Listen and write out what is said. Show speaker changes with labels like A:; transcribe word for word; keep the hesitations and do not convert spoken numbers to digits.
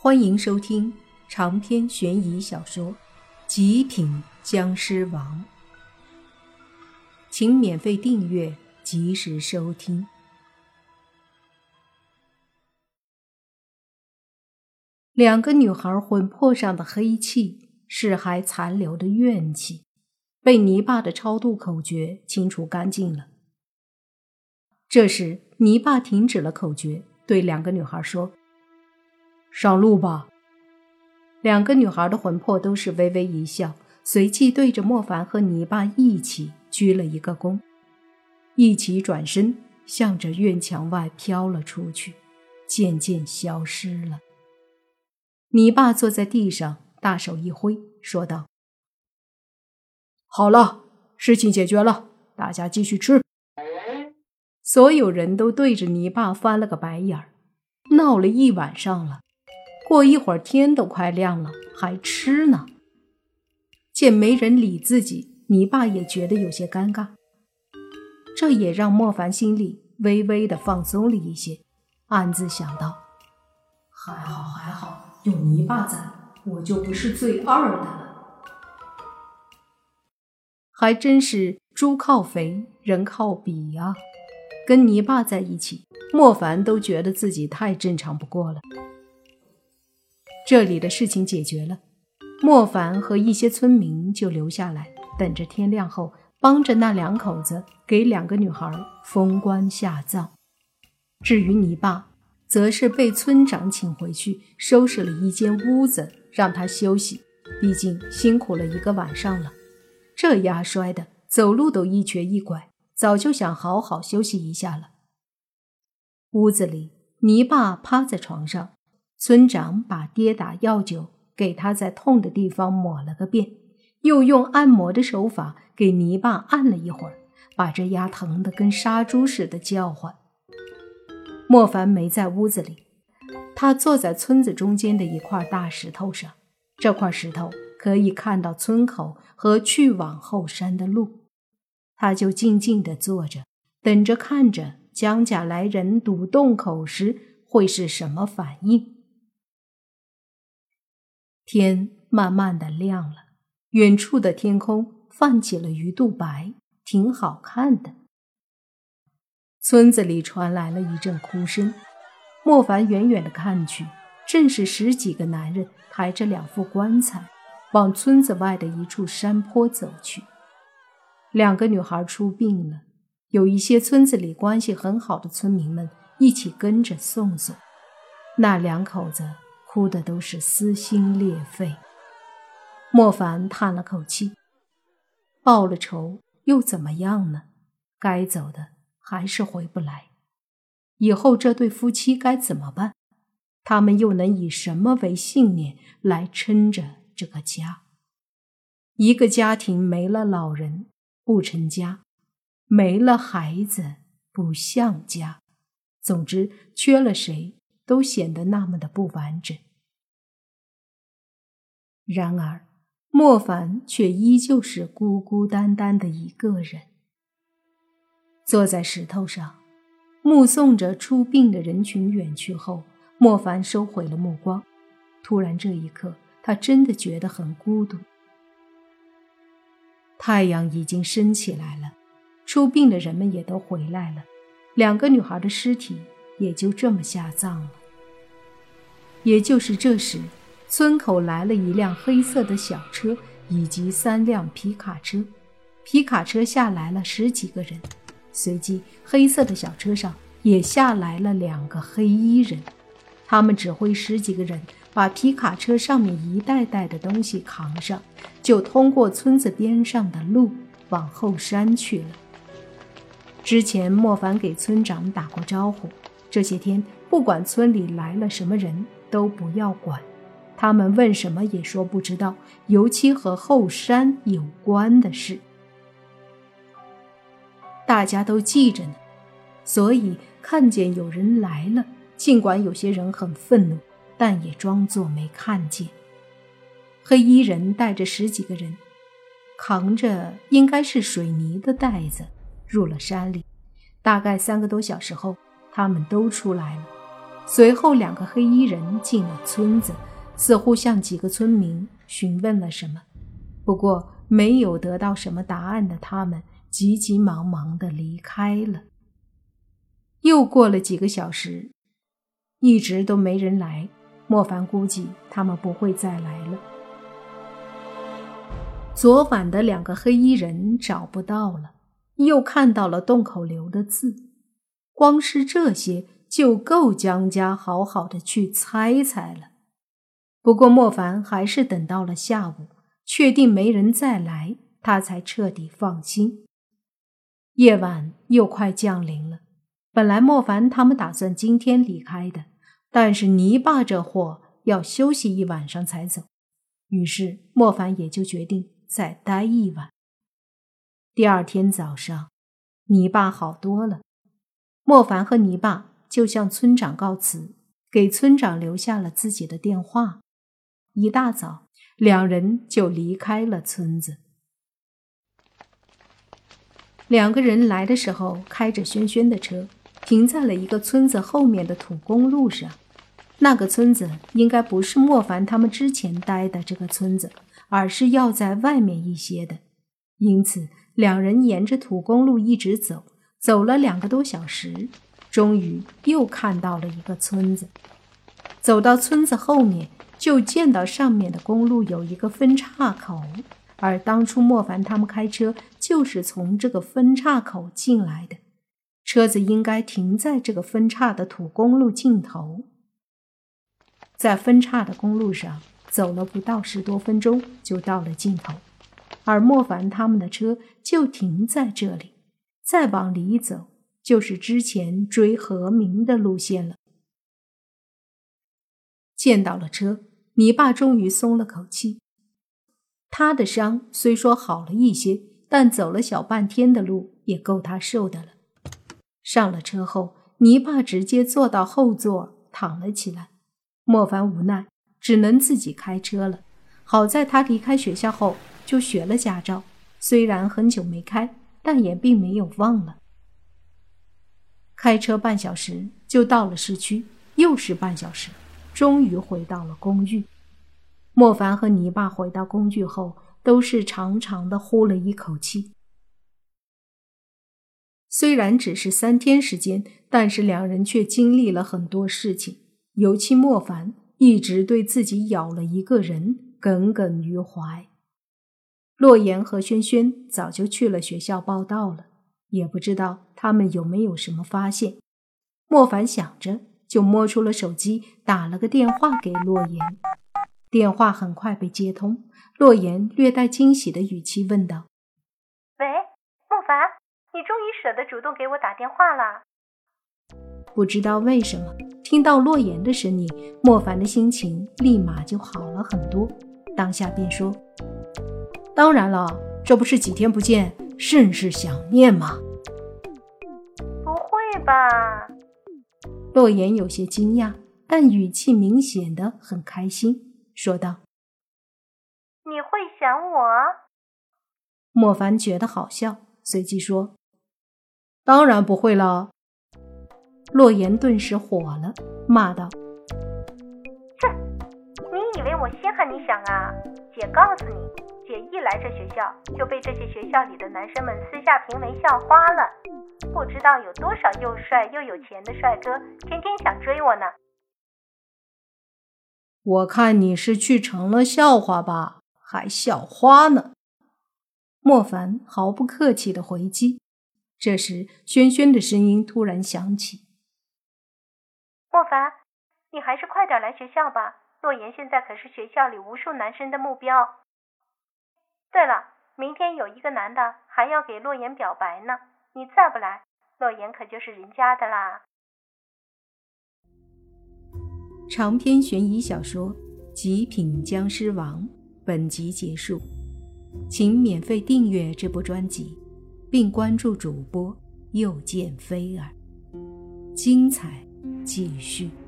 A: 欢迎收听长篇悬疑小说《极品僵尸王》，请免费订阅，及时收听。两个女孩魂魄上的黑气是还残留的怨气，被泥巴的超度口诀清除干净了。这时泥巴停止了口诀，对两个女孩说：上路吧。两个女孩的魂魄都是微微一笑，随即对着莫凡和泥巴一起鞠了一个躬，一起转身向着院墙外飘了出去，渐渐消失了。泥巴坐在地上，大手一挥，说道：好了，事情解决了，大家继续吃。所有人都对着泥巴翻了个白眼儿，闹了一晚上了，过一会儿天都快亮了，还吃呢。见没人理自己，泥巴也觉得有些尴尬，这也让莫凡心里微微的放松了一些，暗自想到：还好还好，有泥巴在，我就不是最二的了。还真是猪靠肥，人靠比啊！跟泥巴在一起，莫凡都觉得自己太正常不过了。这里的事情解决了，莫凡和一些村民就留下来，等着天亮后帮着那两口子给两个女孩封棺下葬。至于泥巴，则是被村长请回去收拾了一间屋子让他休息，毕竟辛苦了一个晚上了，这丫摔的走路都一瘸一拐，早就想好好休息一下了。屋子里泥巴趴在床上，村长把跌打药酒给他在痛的地方抹了个遍，又用按摩的手法给泥巴按了一会儿，把这丫疼得跟杀猪似的叫唤。莫凡没在屋子里，他坐在村子中间的一块大石头上，这块石头可以看到村口和去往后山的路。他就静静地坐着，等着看着江家来人堵洞口时会是什么反应。天慢慢的亮了，远处的天空泛起了鱼肚白，挺好看的。村子里传来了一阵哭声，莫凡远远的看去，正是十几个男人抬着两副棺材往村子外的一处山坡走去。两个女孩出殡了，有一些村子里关系很好的村民们一起跟着送送。那两口子哭的都是撕心裂肺。莫凡叹了口气，报了仇又怎么样呢？该走的还是回不来。以后这对夫妻该怎么办？他们又能以什么为信念来撑着这个家？一个家庭没了老人不成家，没了孩子不像家，总之缺了谁都显得那么的不完整。然而莫凡却依旧是孤孤单单的一个人，坐在石头上，目送着出殡的人群远去后，莫凡收回了目光。突然这一刻，他真的觉得很孤独。太阳已经升起来了，出殡的人们也都回来了，两个女孩的尸体也就这么下葬了。也就是这时，村口来了一辆黑色的小车以及三辆皮卡车，皮卡车下来了十几个人，随即黑色的小车上也下来了两个黑衣人，他们指挥十几个人把皮卡车上面一袋袋的东西扛上，就通过村子边上的路往后山去了。之前莫凡给村长打过招呼，这些天不管村里来了什么人都不要管，他们问什么也说不知道，尤其和后山有关的事大家都记着呢，所以看见有人来了，尽管有些人很愤怒，但也装作没看见。黑衣人带着十几个人，扛着应该是水泥的袋子入了山里，大概三个多小时后他们都出来了。 随后两个黑衣人进了村子，似乎向几个村民询问了什么，不过没有得到什么答案的他们急急忙忙地离开了。又过了几个小时，一直都没人来，莫凡估计他们不会再来了。昨晚的两个黑衣人找不到了，又看到了洞口留的字，光是这些就够江家好好的去猜猜了。不过莫凡还是等到了下午，确定没人再来，他才彻底放心。夜晚又快降临了，本来莫凡他们打算今天离开的，但是泥巴这货要休息一晚上才走，于是莫凡也就决定再待一晚。第二天早上，泥巴好多了，莫凡和泥巴就向村长告辞，给村长留下了自己的电话。一大早，两人就离开了村子。两个人来的时候开着轩轩的车，停在了一个村子后面的土公路上。那个村子应该不是莫凡他们之前待的这个村子，而是要在外面一些的。因此两人沿着土公路一直走，走了两个多小时，终于又看到了一个村子。走到村子后面，就见到上面的公路有一个分岔口，而当初莫凡他们开车就是从这个分岔口进来的，车子应该停在这个分岔的土公路尽头。在分岔的公路上走了不到十多分钟就到了尽头，而莫凡他们的车就停在这里，再往里走就是之前追何明的路线了。见到了车，泥巴终于松了口气。他的伤虽说好了一些，但走了小半天的路也够他受的了。上了车后，泥巴直接坐到后座躺了起来。莫凡无奈，只能自己开车了。好在他离开学校后就学了驾照，虽然很久没开，但也并没有忘了。开车半小时就到了市区，又是半小时，终于回到了公寓。莫凡和泥巴回到公寓后，都是长长的呼了一口气。虽然只是三天时间，但是两人却经历了很多事情。尤其莫凡一直对自己咬了一个人耿耿于怀。洛言和轩轩早就去了学校报到了，也不知道他们有没有什么发现。莫凡想着，就摸出了手机，打了个电话给洛言。电话很快被接通，洛言略带惊喜的语气问道：“
B: 喂，莫凡，你终于舍得主动给我打电话了。”
A: 不知道为什么，听到洛言的声音，莫凡的心情立马就好了很多，当下便说：“当然了，这不是几天不见，甚是想念吗？”“
B: 不会吧？”
A: 洛言有些惊讶，但语气明显的很开心，说道：“
B: 你会想我？”
A: 莫凡觉得好笑，随即说：“当然不会了。”洛言顿时火了，骂道：“
B: 哼，你以为我稀罕你想啊？姐告诉你，姐一来这学校就被这些学校里的男生们私下评为校花了，不知道有多少又帅又有钱的帅哥天天想追我呢。”“
A: 我看你是去成了笑话吧，还校花呢。”莫凡毫不客气地回击。这时轩轩的声音突然响起：“
B: 莫凡，你还是快点来学校吧，洛言现在可是学校里无数男生的目标。对了，明天有一个男的还要给洛言表白呢，你再不来，洛言可就是人家的啦。”
A: 长篇悬疑小说《极品僵尸王》本集结束，请免费订阅这部专辑，并关注主播又见菲儿，精彩继续。